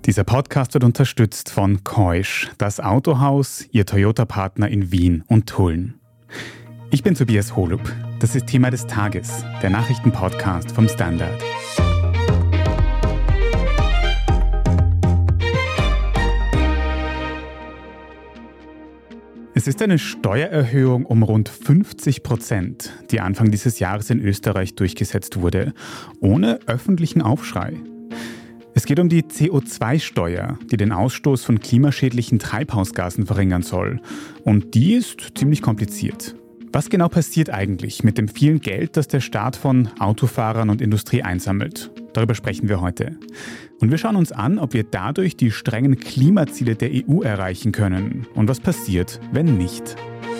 Dieser Podcast wird unterstützt von Keusch, das Autohaus, Ihr Toyota-Partner in Wien und Tulln. Ich bin Tobias Holub. Das ist Thema des Tages, der Nachrichtenpodcast vom Standard. Es ist eine Steuererhöhung um rund 50%, die Anfang dieses Jahres in Österreich durchgesetzt wurde, ohne öffentlichen Aufschrei. Es geht um die CO2-Steuer, die den Ausstoß von klimaschädlichen Treibhausgasen verringern soll. Und die ist ziemlich kompliziert. Was genau passiert eigentlich mit dem vielen Geld, das der Staat von Autofahrern und Industrie einsammelt? Darüber sprechen wir heute. Und wir schauen uns an, ob wir dadurch die strengen Klimaziele der EU erreichen können. Und was passiert, wenn nicht?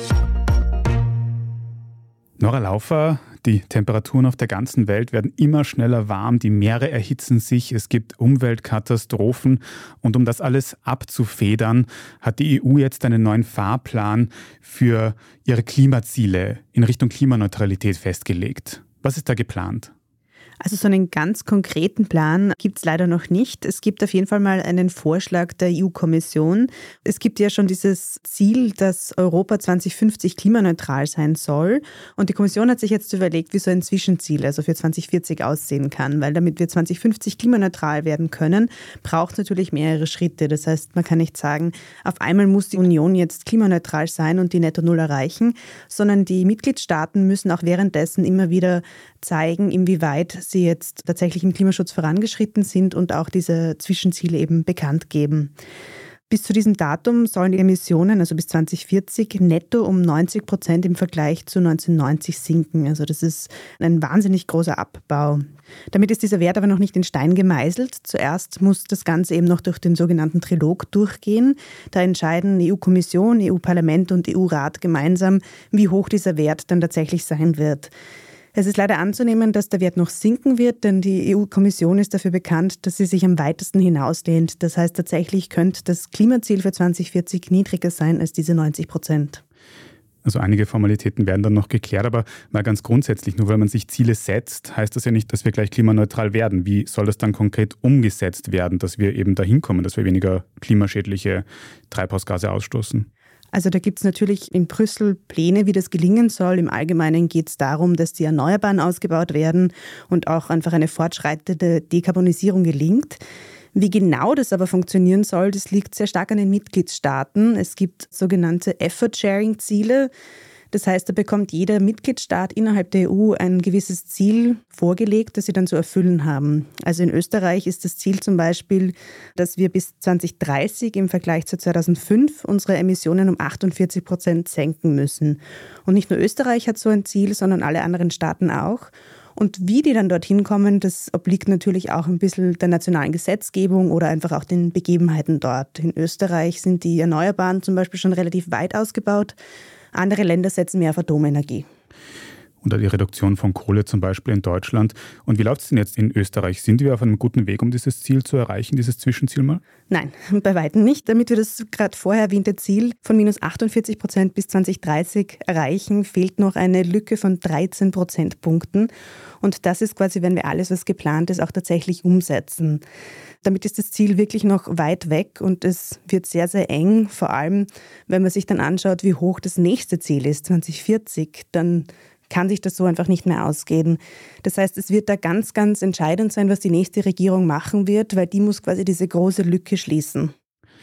Nora Laufer, die Temperaturen auf der ganzen Welt werden immer schneller warm, die Meere erhitzen sich, es gibt Umweltkatastrophen. Und um das alles abzufedern, hat die EU jetzt einen neuen Fahrplan für ihre Klimaziele in Richtung Klimaneutralität festgelegt. Was ist da geplant? Also so einen ganz konkreten Plan gibt es leider noch nicht. Es gibt auf jeden Fall mal einen Vorschlag der EU-Kommission. Es gibt ja schon dieses Ziel, dass Europa 2050 klimaneutral sein soll. Und die Kommission hat sich jetzt überlegt, wie so ein Zwischenziel, also für 2040 aussehen kann. Weil damit wir 2050 klimaneutral werden können, braucht es natürlich mehrere Schritte. Das heißt, man kann nicht sagen, auf einmal muss die Union jetzt klimaneutral sein und die Netto Null erreichen, sondern die Mitgliedstaaten müssen auch währenddessen immer wieder zeigen, inwieweit sie jetzt tatsächlich im Klimaschutz vorangeschritten sind und auch diese Zwischenziele eben bekannt geben. Bis zu diesem Datum sollen die Emissionen, also bis 2040, netto um 90% im Vergleich zu 1990 sinken. Also das ist ein wahnsinnig großer Abbau. Damit ist dieser Wert aber noch nicht in Stein gemeißelt. Zuerst muss das Ganze eben noch durch den sogenannten Trilog durchgehen. Da entscheiden EU-Kommission, EU-Parlament und EU-Rat gemeinsam, wie hoch dieser Wert dann tatsächlich sein wird. Es ist leider anzunehmen, dass der Wert noch sinken wird, denn die EU-Kommission ist dafür bekannt, dass sie sich am weitesten hinauslehnt. Das heißt, tatsächlich könnte das Klimaziel für 2040 niedriger sein als diese 90%. Also einige Formalitäten werden dann noch geklärt, aber mal ganz grundsätzlich, nur weil man sich Ziele setzt, heißt das ja nicht, dass wir gleich klimaneutral werden. Wie soll das dann konkret umgesetzt werden, dass wir eben dahin kommen, dass wir weniger klimaschädliche Treibhausgase ausstoßen? Also da gibt es natürlich in Brüssel Pläne, wie das gelingen soll. Im Allgemeinen geht es darum, dass die Erneuerbaren ausgebaut werden und auch einfach eine fortschreitende Dekarbonisierung gelingt. Wie genau das aber funktionieren soll, das liegt sehr stark an den Mitgliedstaaten. Es gibt sogenannte Effort-Sharing-Ziele. Das heißt, da bekommt jeder Mitgliedstaat innerhalb der EU ein gewisses Ziel vorgelegt, das sie dann zu erfüllen haben. Also in Österreich ist das Ziel zum Beispiel, dass wir bis 2030 im Vergleich zu 2005 unsere Emissionen um 48% senken müssen. Und nicht nur Österreich hat so ein Ziel, sondern alle anderen Staaten auch. Und wie die dann dorthin kommen, das obliegt natürlich auch ein bisschen der nationalen Gesetzgebung oder einfach auch den Begebenheiten dort. In Österreich sind die Erneuerbaren zum Beispiel schon relativ weit ausgebaut. Andere Länder setzen mehr auf Atomenergie. Oder die Reduktion von Kohle zum Beispiel in Deutschland. Und wie läuft es denn jetzt in Österreich? Sind wir auf einem guten Weg, um dieses Ziel zu erreichen, dieses Zwischenziel mal? Nein, bei weitem nicht. Damit wir das gerade vorher erwähnte Ziel von minus 48% bis 2030 erreichen, fehlt noch eine Lücke von 13 Prozentpunkten. Und das ist quasi, wenn wir alles, was geplant ist, auch tatsächlich umsetzen. Damit ist das Ziel wirklich noch weit weg und es wird sehr, sehr eng. Vor allem, wenn man sich dann anschaut, wie hoch das nächste Ziel ist, 2040, dann kann sich das so einfach nicht mehr ausgehen. Das heißt, es wird da ganz, ganz entscheidend sein, was die nächste Regierung machen wird, weil die muss quasi diese große Lücke schließen.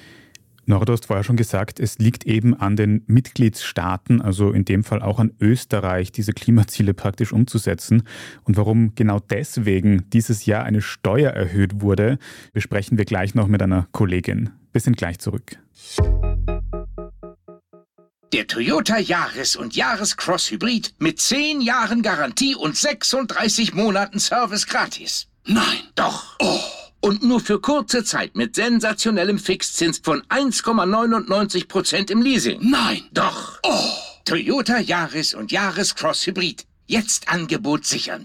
Nora, du hast vorher schon gesagt, es liegt eben an den Mitgliedstaaten, also in dem Fall auch an Österreich, diese Klimaziele praktisch umzusetzen. Und warum genau deswegen dieses Jahr eine Steuer erhöht wurde, besprechen wir gleich noch mit einer Kollegin. Wir sind gleich zurück. Der Toyota Yaris und Yaris Cross Hybrid mit 10 Jahren Garantie und 36 Monaten Service gratis. Nein. Doch. Oh. Und nur für kurze Zeit mit sensationellem Fixzins von 1,99% im Leasing. Nein. Doch. Oh. Toyota Yaris und Yaris Cross Hybrid. Jetzt Angebot sichern.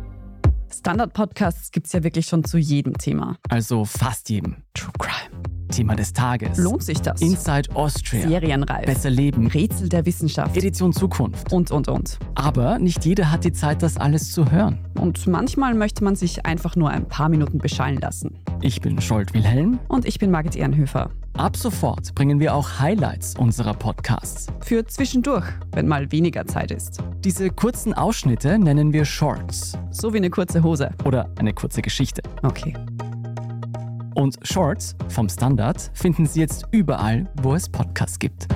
Standard-Podcasts gibt es ja wirklich schon zu jedem Thema. Also fast jedem. True Crime. Thema des Tages. Lohnt sich das? Inside Austria. Serienreif. Besser leben. Rätsel der Wissenschaft. Edition Zukunft. Und. Aber nicht jeder hat die Zeit, das alles zu hören. Und manchmal möchte man sich einfach nur ein paar Minuten beschallen lassen. Ich bin Scholt Wilhelm. Und ich bin Margit Ehrenhöfer. Ab sofort bringen wir auch Highlights unserer Podcasts. Für zwischendurch, wenn mal weniger Zeit ist. Diese kurzen Ausschnitte nennen wir Shorts. So wie eine kurze Hose. Oder eine kurze Geschichte. Okay. Und Shorts vom Standard finden Sie jetzt überall, wo es Podcasts gibt.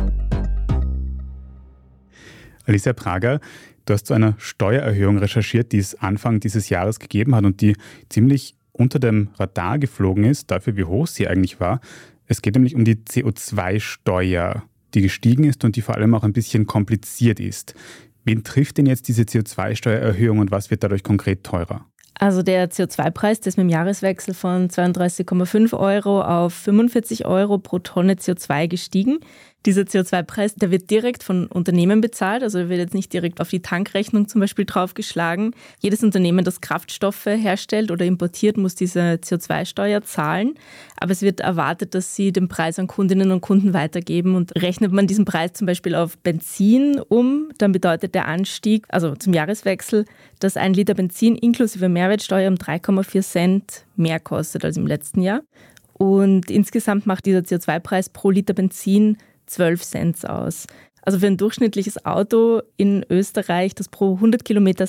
Alicia Prager, du hast zu einer Steuererhöhung recherchiert, die es Anfang dieses Jahres gegeben hat und die ziemlich unter dem Radar geflogen ist, dafür wie hoch sie eigentlich war. Es geht nämlich um die CO2-Steuer, die gestiegen ist und die vor allem auch ein bisschen kompliziert ist. Wen trifft denn jetzt diese CO2-Steuererhöhung und was wird dadurch konkret teurer? Also der CO2-Preis, der ist mit dem Jahreswechsel von 32,5 € auf 45 € pro Tonne CO2 gestiegen. Dieser CO2-Preis, der wird direkt von Unternehmen bezahlt, also der wird jetzt nicht direkt auf die Tankrechnung zum Beispiel draufgeschlagen. Jedes Unternehmen, das Kraftstoffe herstellt oder importiert, muss diese CO2-Steuer zahlen. Aber es wird erwartet, dass sie den Preis an Kundinnen und Kunden weitergeben. Und rechnet man diesen Preis zum Beispiel auf Benzin um, dann bedeutet der Anstieg, also zum Jahreswechsel, dass 1 Liter Benzin inklusive Mehrwertsteuer um 3,4 Cent mehr kostet als im letzten Jahr. Und insgesamt macht dieser CO2-Preis pro Liter Benzin 12 Cent aus. Also für ein durchschnittliches Auto in Österreich, das pro 100 Kilometer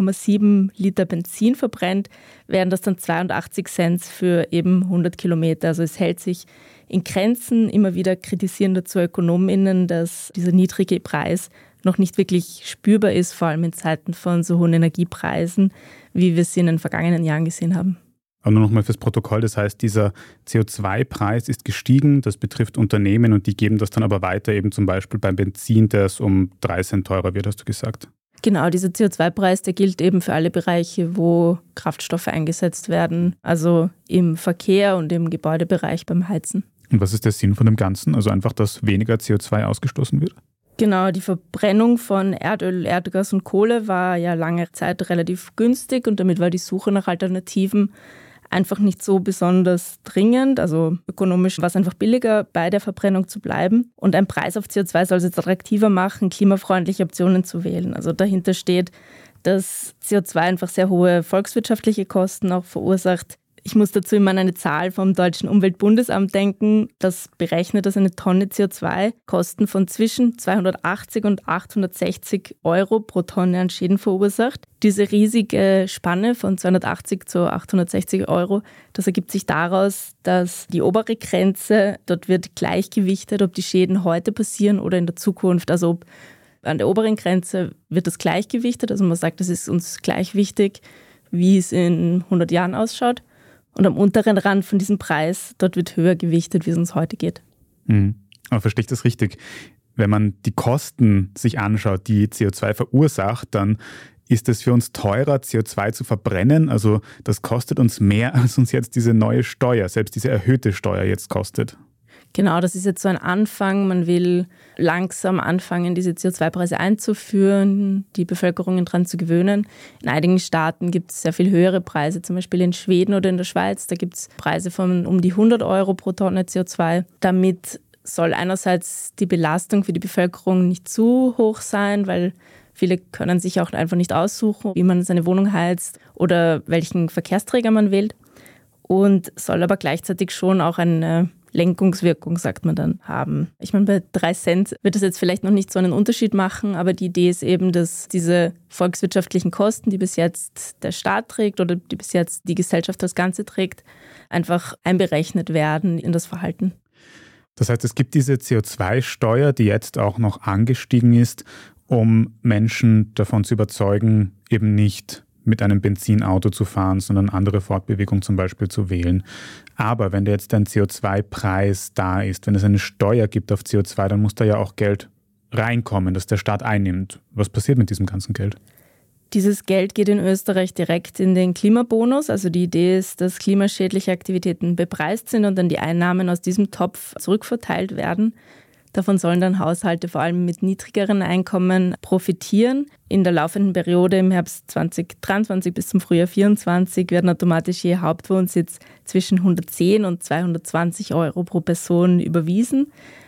6,7 Liter Benzin verbrennt, wären das dann 82 Cent für eben 100 Kilometer. Also es hält sich in Grenzen. Immer wieder kritisieren dazu ÖkonomInnen, dass dieser niedrige Preis noch nicht wirklich spürbar ist, vor allem in Zeiten von so hohen Energiepreisen, wie wir es in den vergangenen Jahren gesehen haben. Aber nur nochmal fürs Protokoll, das heißt, dieser CO2-Preis ist gestiegen, das betrifft Unternehmen und die geben das dann aber weiter, eben zum Beispiel beim Benzin, der es um 3 Cent teurer wird, hast du gesagt. Genau, dieser CO2-Preis, der gilt eben für alle Bereiche, wo Kraftstoffe eingesetzt werden, also im Verkehr und im Gebäudebereich beim Heizen. Und was ist der Sinn von dem Ganzen? Also einfach, dass weniger CO2 ausgestoßen wird? Genau, die Verbrennung von Erdöl, Erdgas und Kohle war ja lange Zeit relativ günstig und damit war die Suche nach Alternativen einfach nicht so besonders dringend. Also ökonomisch war es einfach billiger, bei der Verbrennung zu bleiben. Und ein Preis auf CO2 soll es jetzt attraktiver machen, klimafreundliche Optionen zu wählen. Also dahinter steht, dass CO2 einfach sehr hohe volkswirtschaftliche Kosten auch verursacht. Ich muss dazu immer an eine Zahl vom Deutschen Umweltbundesamt denken, das berechnet, dass eine Tonne CO2 Kosten von zwischen 280 und 860 € pro Tonne an Schäden verursacht. Diese riesige Spanne von 280 zu 860 €, das ergibt sich daraus, dass die obere Grenze, dort wird gleichgewichtet, ob die Schäden heute passieren oder in der Zukunft. Also ob an der oberen Grenze wird das gleichgewichtet, also man sagt, das ist uns gleich wichtig, wie es in 100 Jahren ausschaut. Und am unteren Rand von diesem Preis, dort wird höher gewichtet, wie es uns heute geht. Aber verstehe ich das richtig? Wenn man die Kosten sich anschaut, die CO2 verursacht, dann ist es für uns teurer, CO2 zu verbrennen. Also das kostet uns mehr, als uns jetzt diese neue Steuer, selbst diese erhöhte Steuer jetzt kostet. Genau, das ist jetzt so ein Anfang. Man will langsam anfangen, diese CO2-Preise einzuführen, die Bevölkerung daran zu gewöhnen. In einigen Staaten gibt es sehr viel höhere Preise, zum Beispiel in Schweden oder in der Schweiz. Da gibt es Preise von um die 100 € pro Tonne CO2. Damit soll einerseits die Belastung für die Bevölkerung nicht zu hoch sein, weil viele können sich auch einfach nicht aussuchen, wie man seine Wohnung heizt oder welchen Verkehrsträger man wählt. Und soll aber gleichzeitig schon auch eine Lenkungswirkung, sagt man dann, haben. Ich meine, bei 3 Cent wird das jetzt vielleicht noch nicht so einen Unterschied machen, aber die Idee ist eben, dass diese volkswirtschaftlichen Kosten, die bis jetzt der Staat trägt oder die bis jetzt die Gesellschaft als Ganze trägt, einfach einberechnet werden in das Verhalten. Das heißt, es gibt diese CO2-Steuer, die jetzt auch noch angestiegen ist, um Menschen davon zu überzeugen, eben nicht mit einem Benzinauto zu fahren, sondern andere Fortbewegung zum Beispiel zu wählen. Aber wenn da jetzt ein CO2-Preis da ist, wenn es eine Steuer gibt auf CO2, dann muss da ja auch Geld reinkommen, das der Staat einnimmt. Was passiert mit diesem ganzen Geld? Dieses Geld geht in Österreich direkt in den Klimabonus. Also die Idee ist, dass klimaschädliche Aktivitäten bepreist sind und dann die Einnahmen aus diesem Topf zurückverteilt werden. Davon sollen dann Haushalte vor allem mit niedrigeren Einkommen profitieren. In der laufenden Periode im Herbst 2023 bis zum Frühjahr 2024 werden automatisch je Hauptwohnsitz zwischen 110 und 220 Euro pro Person überwiesen.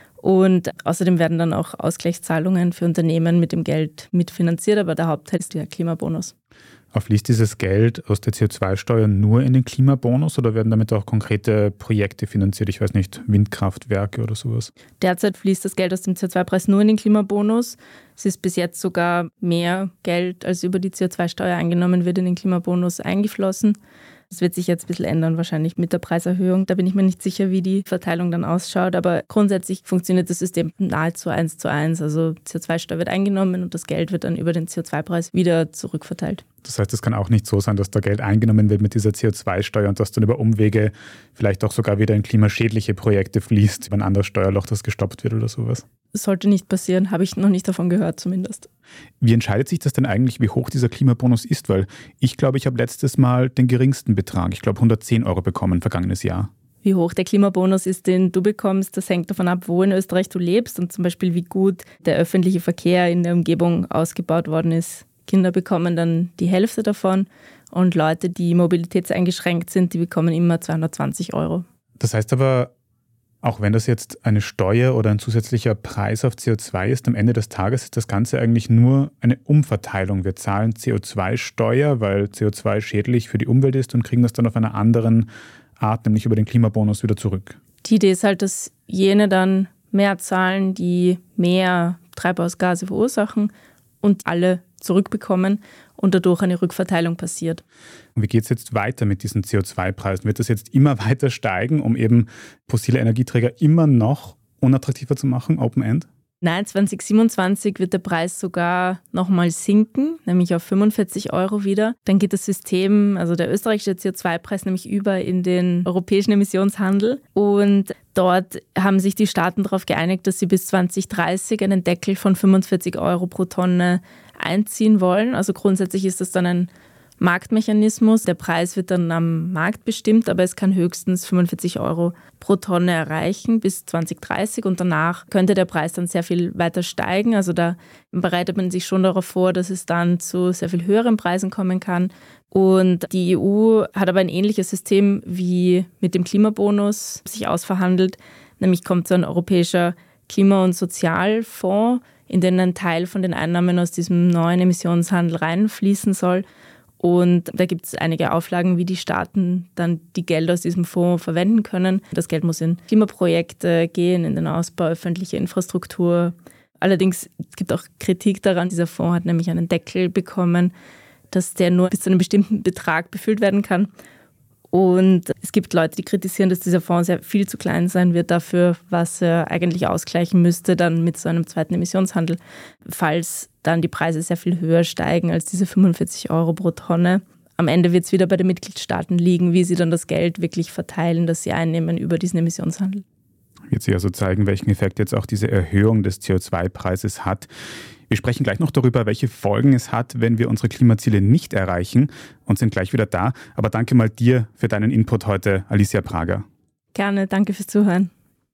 Und außerdem werden dann auch Ausgleichszahlungen für Unternehmen mit dem Geld mitfinanziert, aber der Hauptteil ist der Klimabonus. Fließt dieses Geld aus der CO2-Steuer nur in den Klimabonus oder werden damit auch konkrete Projekte finanziert? Ich weiß nicht, Windkraftwerke oder sowas? Derzeit fließt das Geld aus dem CO2-Preis nur in den Klimabonus. Es ist bis jetzt sogar mehr Geld, als über die CO2-Steuer eingenommen wird, in den Klimabonus eingeflossen. Das wird sich jetzt ein bisschen ändern, wahrscheinlich mit der Preiserhöhung. Da bin ich mir nicht sicher, wie die Verteilung dann ausschaut. Aber grundsätzlich funktioniert das System nahezu 1:1. Also CO2-Steuer wird eingenommen und das Geld wird dann über den CO2-Preis wieder zurückverteilt. Das heißt, es kann auch nicht so sein, dass da Geld eingenommen wird mit dieser CO2-Steuer und das dann über Umwege vielleicht auch sogar wieder in klimaschädliche Projekte fließt, über ein anderes Steuerloch, das gestoppt wird oder sowas. Das sollte nicht passieren, habe ich noch nicht davon gehört zumindest. Wie entscheidet sich das denn eigentlich, wie hoch dieser Klimabonus ist? Weil ich glaube, ich habe letztes Mal den geringsten Betrag, ich glaube 110 Euro bekommen vergangenes Jahr. Wie hoch der Klimabonus ist, den du bekommst, das hängt davon ab, wo in Österreich du lebst und zum Beispiel wie gut der öffentliche Verkehr in der Umgebung ausgebaut worden ist. Kinder bekommen dann die Hälfte davon und Leute, die mobilitätseingeschränkt sind, die bekommen immer 220 Euro. Das heißt aber, auch wenn das jetzt eine Steuer oder ein zusätzlicher Preis auf CO2 ist, am Ende des Tages ist das Ganze eigentlich nur eine Umverteilung. Wir zahlen CO2-Steuer, weil CO2 schädlich für die Umwelt ist und kriegen das dann auf einer anderen Art, nämlich über den Klimabonus wieder zurück. Die Idee ist halt, dass jene dann mehr zahlen, die mehr Treibhausgase verursachen und alle zurückbekommen und dadurch eine Rückverteilung passiert. Und wie geht es jetzt weiter mit diesen CO2-Preisen? Wird das jetzt immer weiter steigen, um eben fossile Energieträger immer noch unattraktiver zu machen, Open End? Nein, 2027 wird der Preis sogar nochmal sinken, nämlich auf 45 Euro wieder. Dann geht das System, also der österreichische CO2-Preis, nämlich über in den europäischen Emissionshandel. Und dort haben sich die Staaten darauf geeinigt, dass sie bis 2030 einen Deckel von 45 Euro pro Tonne einziehen wollen. Also grundsätzlich ist das dann ein Marktmechanismus. Der Preis wird dann am Markt bestimmt, aber es kann höchstens 45 Euro pro Tonne erreichen bis 2030 und danach könnte der Preis dann sehr viel weiter steigen. Also da bereitet man sich schon darauf vor, dass es dann zu sehr viel höheren Preisen kommen kann. Und die EU hat aber ein ähnliches System wie mit dem Klimabonus sich ausverhandelt. Nämlich kommt so ein europäischer Klima- und Sozialfonds, in den ein Teil von den Einnahmen aus diesem neuen Emissionshandel reinfließen soll. Und da gibt es einige Auflagen, wie die Staaten dann die Gelder aus diesem Fonds verwenden können. Das Geld muss in Klimaprojekte gehen, in den Ausbau öffentlicher Infrastruktur. Allerdings gibt es auch Kritik daran. Dieser Fonds hat nämlich einen Deckel bekommen, dass der nur bis zu einem bestimmten Betrag befüllt werden kann. Und es gibt Leute, die kritisieren, dass dieser Fonds sehr viel zu klein sein wird dafür, was er eigentlich ausgleichen müsste dann mit so einem zweiten Emissionshandel, falls dann die Preise sehr viel höher steigen als diese 45 Euro pro Tonne. Am Ende wird es wieder bei den Mitgliedstaaten liegen, wie sie dann das Geld wirklich verteilen, das sie einnehmen über diesen Emissionshandel. Wird sich also zeigen, welchen Effekt jetzt auch diese Erhöhung des CO2-Preises hat. Wir sprechen gleich noch darüber, welche Folgen es hat, wenn wir unsere Klimaziele nicht erreichen und sind gleich wieder da. Aber danke mal dir für deinen Input heute, Alicia Prager. Gerne, danke fürs Zuhören.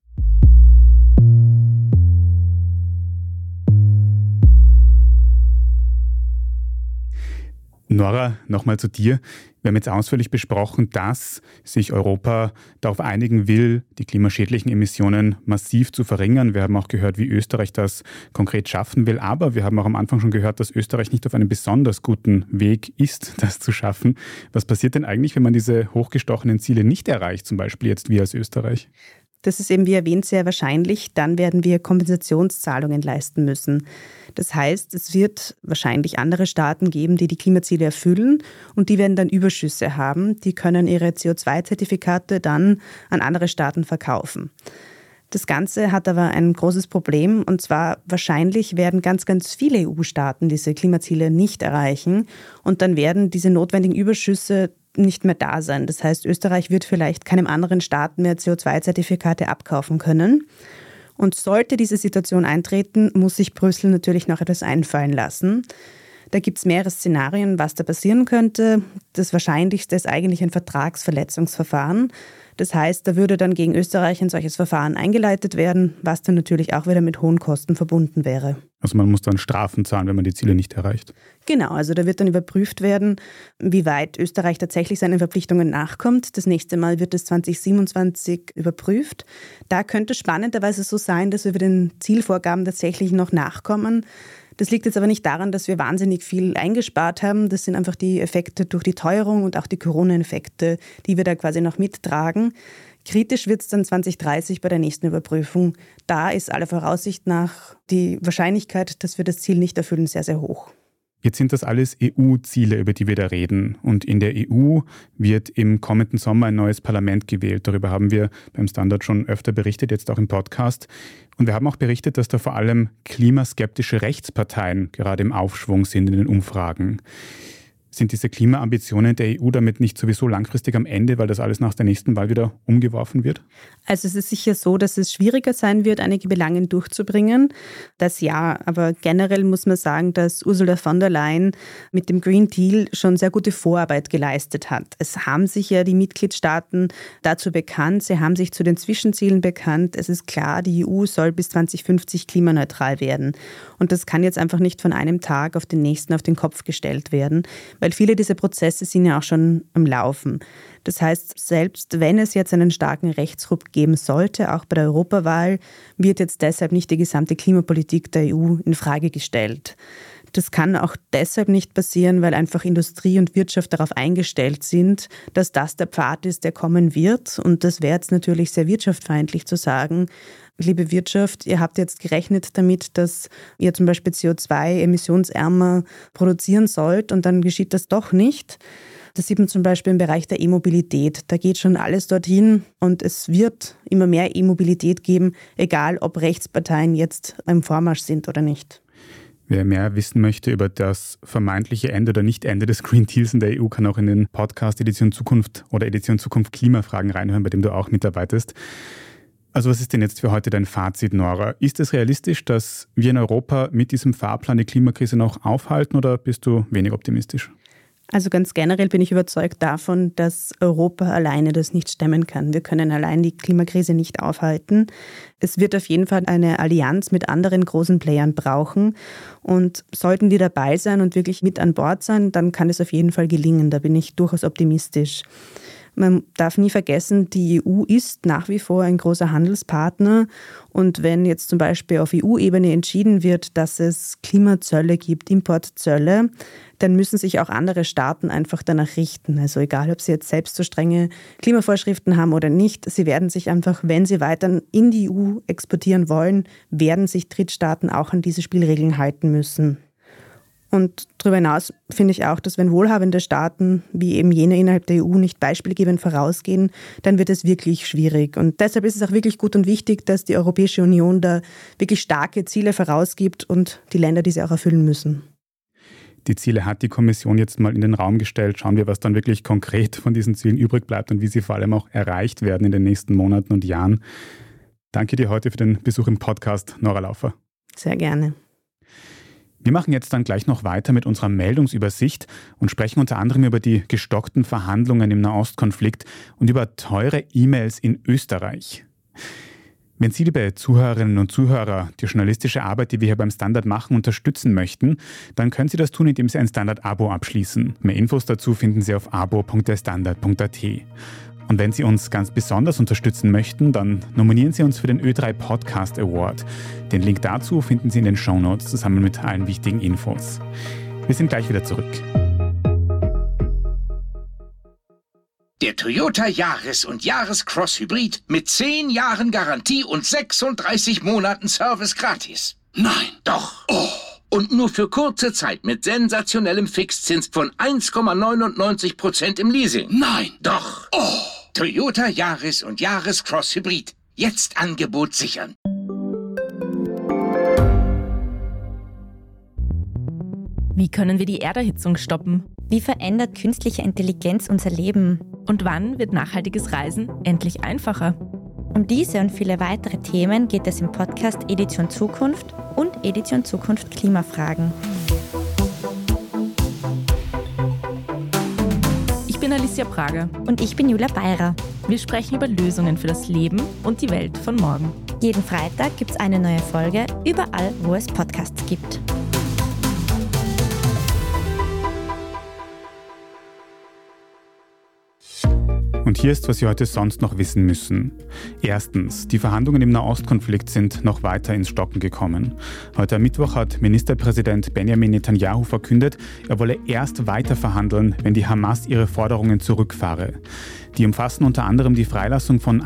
Nora, nochmal zu dir. Wir haben jetzt ausführlich besprochen, dass sich Europa darauf einigen will, die klimaschädlichen Emissionen massiv zu verringern. Wir haben auch gehört, wie Österreich das konkret schaffen will. Aber wir haben auch am Anfang schon gehört, dass Österreich nicht auf einem besonders guten Weg ist, das zu schaffen. Was passiert denn eigentlich, wenn man diese hochgestochenen Ziele nicht erreicht, zum Beispiel jetzt wir als Österreich? Das ist eben, wie erwähnt, sehr wahrscheinlich. Dann werden wir Kompensationszahlungen leisten müssen. Das heißt, es wird wahrscheinlich andere Staaten geben, die die Klimaziele erfüllen und die werden dann Überschüsse haben. Die können ihre CO2-Zertifikate dann an andere Staaten verkaufen. Das Ganze hat aber ein großes Problem und zwar wahrscheinlich werden ganz, ganz viele EU-Staaten diese Klimaziele nicht erreichen und dann werden diese notwendigen Überschüsse nicht mehr da sein. Das heißt, Österreich wird vielleicht keinem anderen Staat mehr CO2-Zertifikate abkaufen können. Und sollte diese Situation eintreten, muss sich Brüssel natürlich noch etwas einfallen lassen. Da gibt es mehrere Szenarien, was da passieren könnte. Das Wahrscheinlichste ist eigentlich ein Vertragsverletzungsverfahren. Das heißt, da würde dann gegen Österreich ein solches Verfahren eingeleitet werden, was dann natürlich auch wieder mit hohen Kosten verbunden wäre. Also man muss dann Strafen zahlen, wenn man die Ziele nicht erreicht. Genau, also da wird dann überprüft werden, wie weit Österreich tatsächlich seinen Verpflichtungen nachkommt. Das nächste Mal wird es 2027 überprüft. Da könnte es spannenderweise so sein, dass wir den Zielvorgaben tatsächlich noch nachkommen. Das liegt jetzt aber nicht daran, dass wir wahnsinnig viel eingespart haben. Das sind einfach die Effekte durch die Teuerung und auch die Corona-Effekte, die wir da quasi noch mittragen. Kritisch wird es dann 2030 bei der nächsten Überprüfung. Da ist aller Voraussicht nach die Wahrscheinlichkeit, dass wir das Ziel nicht erfüllen, sehr, sehr hoch. Jetzt sind das alles EU-Ziele, über die wir da reden. Und in der EU wird im kommenden Sommer ein neues Parlament gewählt. Darüber haben wir beim Standard schon öfter berichtet, jetzt auch im Podcast. Und wir haben auch berichtet, dass da vor allem klimaskeptische Rechtsparteien gerade im Aufschwung sind in den Umfragen. Sind diese Klimaambitionen der EU damit nicht sowieso langfristig am Ende, weil das alles nach der nächsten Wahl wieder umgeworfen wird? Also es ist sicher so, dass es schwieriger sein wird, einige Belange durchzubringen. Das ja, aber generell muss man sagen, dass Ursula von der Leyen mit dem Green Deal schon sehr gute Vorarbeit geleistet hat. Es haben sich ja die Mitgliedstaaten dazu bekannt, sie haben sich zu den Zwischenzielen bekannt. Es ist klar, die EU soll bis 2050 klimaneutral werden. Und das kann jetzt einfach nicht von einem Tag auf den nächsten auf den Kopf gestellt werden, weil viele dieser Prozesse sind ja auch schon am Laufen. Das heißt, selbst wenn es jetzt einen starken Rechtsruck geben sollte, auch bei der Europawahl, wird jetzt deshalb nicht die gesamte Klimapolitik der EU in Frage gestellt. Das kann auch deshalb nicht passieren, weil einfach Industrie und Wirtschaft darauf eingestellt sind, dass das der Pfad ist, der kommen wird. Und das wäre jetzt natürlich sehr wirtschaftsfeindlich zu sagen, liebe Wirtschaft, ihr habt jetzt gerechnet damit, dass ihr zum Beispiel CO2 emissionsärmer produzieren sollt und dann geschieht das doch nicht. Das sieht man zum Beispiel im Bereich der E-Mobilität. Da geht schon alles dorthin und es wird immer mehr E-Mobilität geben, egal ob Rechtsparteien jetzt im Vormarsch sind oder nicht. Wer mehr wissen möchte über das vermeintliche Ende oder Nicht-Ende des Green Deals in der EU, kann auch in den Podcast Edition Zukunft oder Edition Zukunft Klimafragen reinhören, bei dem du auch mitarbeitest. Also was ist denn jetzt für heute dein Fazit, Nora? Ist es realistisch, dass wir in Europa mit diesem Fahrplan die Klimakrise noch aufhalten oder bist du wenig optimistisch? Also ganz generell bin ich überzeugt davon, dass Europa alleine das nicht stemmen kann. Wir können allein die Klimakrise nicht aufhalten. Es wird auf jeden Fall eine Allianz mit anderen großen Playern brauchen. Und sollten die dabei sein und wirklich mit an Bord sein, dann kann es auf jeden Fall gelingen. Da bin ich durchaus optimistisch. Man darf nie vergessen, die EU ist nach wie vor ein großer Handelspartner. Und wenn jetzt zum Beispiel auf EU-Ebene entschieden wird, dass es Klimazölle gibt, Importzölle, dann müssen sich auch andere Staaten einfach danach richten. Also egal, ob sie jetzt selbst so strenge Klimavorschriften haben oder nicht, sie werden sich einfach, wenn sie weiter in die EU exportieren wollen, werden sich Drittstaaten auch an diese Spielregeln halten müssen. Und darüber hinaus finde ich auch, dass wenn wohlhabende Staaten wie eben jene innerhalb der EU nicht beispielgebend vorausgehen, dann wird es wirklich schwierig. Und deshalb ist es auch wirklich gut und wichtig, dass die Europäische Union da wirklich starke Ziele vorausgibt und die Länder diese auch erfüllen müssen. Die Ziele hat die Kommission jetzt mal in den Raum gestellt. Schauen wir, was dann wirklich konkret von diesen Zielen übrig bleibt und wie sie vor allem auch erreicht werden in den nächsten Monaten und Jahren. Danke dir heute für den Besuch im Podcast, Nora Laufer. Sehr gerne. Wir machen jetzt dann gleich noch weiter mit unserer Meldungsübersicht und sprechen unter anderem über die gestockten Verhandlungen im Nahostkonflikt und über teure E-Mails in Österreich. Wenn Sie, liebe Zuhörerinnen und Zuhörer, die journalistische Arbeit, die wir hier beim Standard machen, unterstützen möchten, dann können Sie das tun, indem Sie ein Standard-Abo abschließen. Mehr Infos dazu finden Sie auf abo.derstandard.at. Und wenn Sie uns ganz besonders unterstützen möchten, dann nominieren Sie uns für den Ö3 Podcast Award. Den Link dazu finden Sie in den Shownotes zusammen mit allen wichtigen Infos. Wir sind gleich wieder zurück. Der Toyota Yaris und Yaris Cross Hybrid mit 10 Jahren Garantie und 36 Monaten Service gratis. Nein, doch. Oh. Und nur für kurze Zeit mit sensationellem Fixzins von 1,99% im Leasing. Nein, doch. Oh. Toyota Yaris und Yaris Cross Hybrid. Jetzt Angebot sichern. Wie können wir die Erderhitzung stoppen? Wie verändert künstliche Intelligenz unser Leben? Und wann wird nachhaltiges Reisen endlich einfacher? Um diese und viele weitere Themen geht es im Podcast Edition Zukunft und Edition Zukunft Klimafragen. bin Alicia Prager. Und ich bin Julia Beirer. Wir sprechen über Lösungen für das Leben und die Welt von morgen. Jeden Freitag gibt es eine neue Folge, überall, wo es Podcasts gibt. Und hier ist, was Sie heute sonst noch wissen müssen. Erstens, die Verhandlungen im Nahostkonflikt sind noch weiter ins Stocken gekommen. Heute am Mittwoch hat Ministerpräsident Benjamin Netanyahu verkündet, er wolle erst weiter verhandeln, wenn die Hamas ihre Forderungen zurückfahre. Die umfassen unter anderem die Freilassung von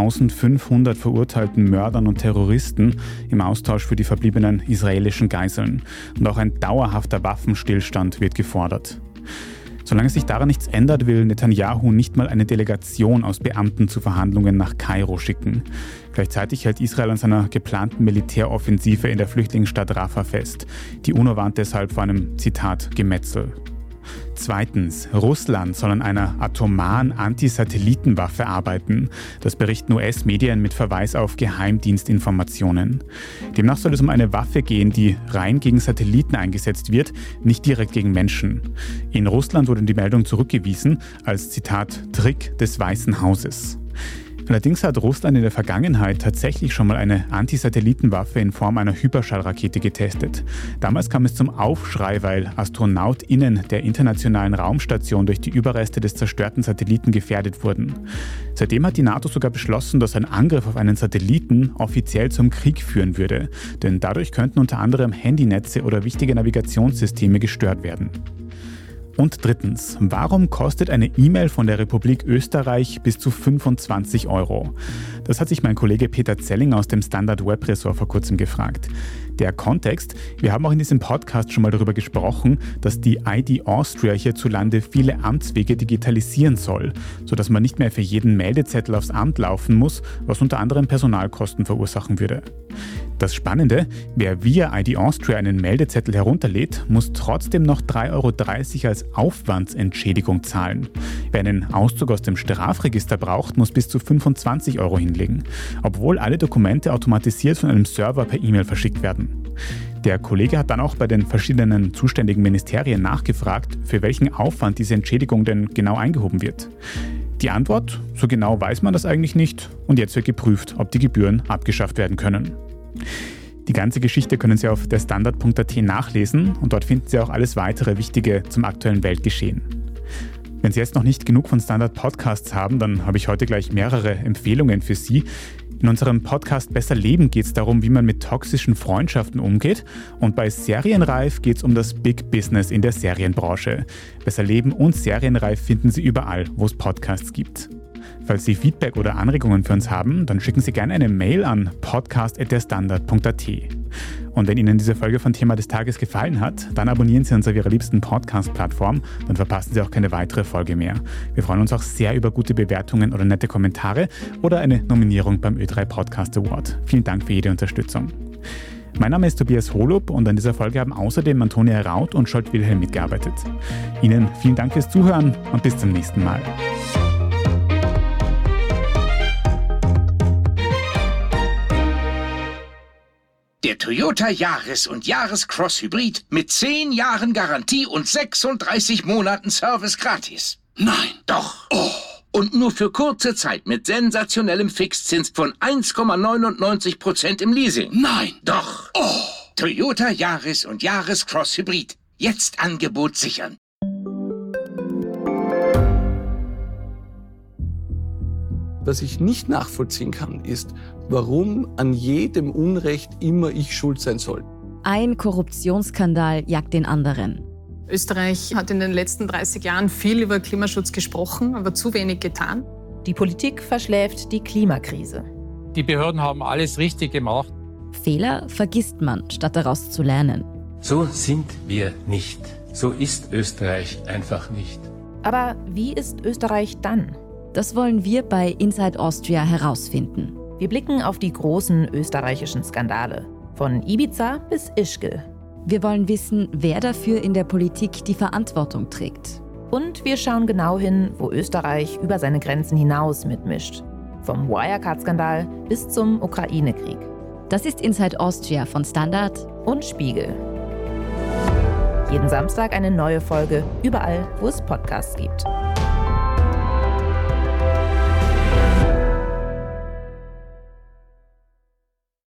1500 verurteilten Mördern und Terroristen im Austausch für die verbliebenen israelischen Geiseln. Und auch ein dauerhafter Waffenstillstand wird gefordert. Solange sich daran nichts ändert, will Netanyahu nicht mal eine Delegation aus Beamten zu Verhandlungen nach Kairo schicken. Gleichzeitig hält Israel an seiner geplanten Militäroffensive in der Flüchtlingsstadt Rafah fest. Die UNO warnt deshalb vor einem, Zitat, Gemetzel. Zweitens, Russland soll an einer atomaren Antisatellitenwaffe arbeiten. Das berichten US-Medien mit Verweis auf Geheimdienstinformationen. Demnach soll es um eine Waffe gehen, die rein gegen Satelliten eingesetzt wird, nicht direkt gegen Menschen. In Russland wurde die Meldung zurückgewiesen als, Zitat, Trick des Weißen Hauses. Allerdings hat Russland in der Vergangenheit tatsächlich schon mal eine Antisatellitenwaffe in Form einer Hyperschallrakete getestet. Damals kam es zum Aufschrei, weil AstronautInnen der internationalen Raumstation durch die Überreste des zerstörten Satelliten gefährdet wurden. Seitdem hat die NATO sogar beschlossen, dass ein Angriff auf einen Satelliten offiziell zum Krieg führen würde. Denn dadurch könnten unter anderem Handynetze oder wichtige Navigationssysteme gestört werden. Und drittens, warum kostet eine E-Mail von der Republik Österreich bis zu 25 €? Das hat sich mein Kollege Peter Zelling aus dem Standard Web Ressort vor kurzem gefragt. Der Kontext: Wir haben auch in diesem Podcast schon mal darüber gesprochen, dass die ID Austria hierzulande viele Amtswege digitalisieren soll, sodass man nicht mehr für jeden Meldezettel aufs Amt laufen muss, was unter anderem Personalkosten verursachen würde. Das Spannende: Wer via ID Austria einen Meldezettel herunterlädt, muss trotzdem noch 3,30 € als Aufwandsentschädigung zahlen. Wer einen Auszug aus dem Strafregister braucht, muss bis zu 25 € hinlegen, obwohl alle Dokumente automatisiert von einem Server per E-Mail verschickt werden. Der Kollege hat dann auch bei den verschiedenen zuständigen Ministerien nachgefragt, für welchen Aufwand diese Entschädigung denn genau eingehoben wird. Die Antwort: So genau weiß man das eigentlich nicht und jetzt wird geprüft, ob die Gebühren abgeschafft werden können. Die ganze Geschichte können Sie auf derstandard.at nachlesen und dort finden Sie auch alles weitere Wichtige zum aktuellen Weltgeschehen. Wenn Sie jetzt noch nicht genug von Standard Podcasts haben, dann habe ich heute gleich mehrere Empfehlungen für Sie. In unserem Podcast Besser Leben geht es darum, wie man mit toxischen Freundschaften umgeht. Und bei Serienreif geht es um das Big Business in der Serienbranche. Besser Leben und Serienreif finden Sie überall, wo es Podcasts gibt. Falls Sie Feedback oder Anregungen für uns haben, dann schicken Sie gerne eine Mail an podcast@derstandard.at. Und wenn Ihnen diese Folge von Thema des Tages gefallen hat, dann abonnieren Sie uns auf Ihrer liebsten Podcast-Plattform, dann verpassen Sie auch keine weitere Folge mehr. Wir freuen uns auch sehr über gute Bewertungen oder nette Kommentare oder eine Nominierung beim Ö3 Podcast Award. Vielen Dank für jede Unterstützung. Mein Name ist Tobias Holub und an dieser Folge haben außerdem Antonia Raut und Scholt Wilhelm mitgearbeitet. Ihnen vielen Dank fürs Zuhören und bis zum nächsten Mal. Der Toyota Yaris und Yaris Cross Hybrid mit 10 Jahren Garantie und 36 Monaten Service gratis. Nein, doch. Oh. Und nur für kurze Zeit mit sensationellem Fixzins von 1,99% im Leasing. Nein, doch. Oh. Toyota Yaris und Yaris Cross Hybrid. Jetzt Angebot sichern. Was ich nicht nachvollziehen kann, ist, warum an jedem Unrecht immer ich schuld sein soll. Ein Korruptionsskandal jagt den anderen. Österreich hat in den letzten 30 Jahren viel über Klimaschutz gesprochen, aber zu wenig getan. Die Politik verschläft die Klimakrise. Die Behörden haben alles richtig gemacht. Fehler vergisst man, statt daraus zu lernen. So sind wir nicht. So ist Österreich einfach nicht. Aber wie ist Österreich dann? Das wollen wir bei Inside Austria herausfinden. Wir blicken auf die großen österreichischen Skandale. Von Ibiza bis Ischgl. Wir wollen wissen, wer dafür in der Politik die Verantwortung trägt. Und wir schauen genau hin, wo Österreich über seine Grenzen hinaus mitmischt. Vom Wirecard-Skandal bis zum Ukraine-Krieg. Das ist Inside Austria von Standard und Spiegel. Jeden Samstag eine neue Folge, überall, wo es Podcasts gibt.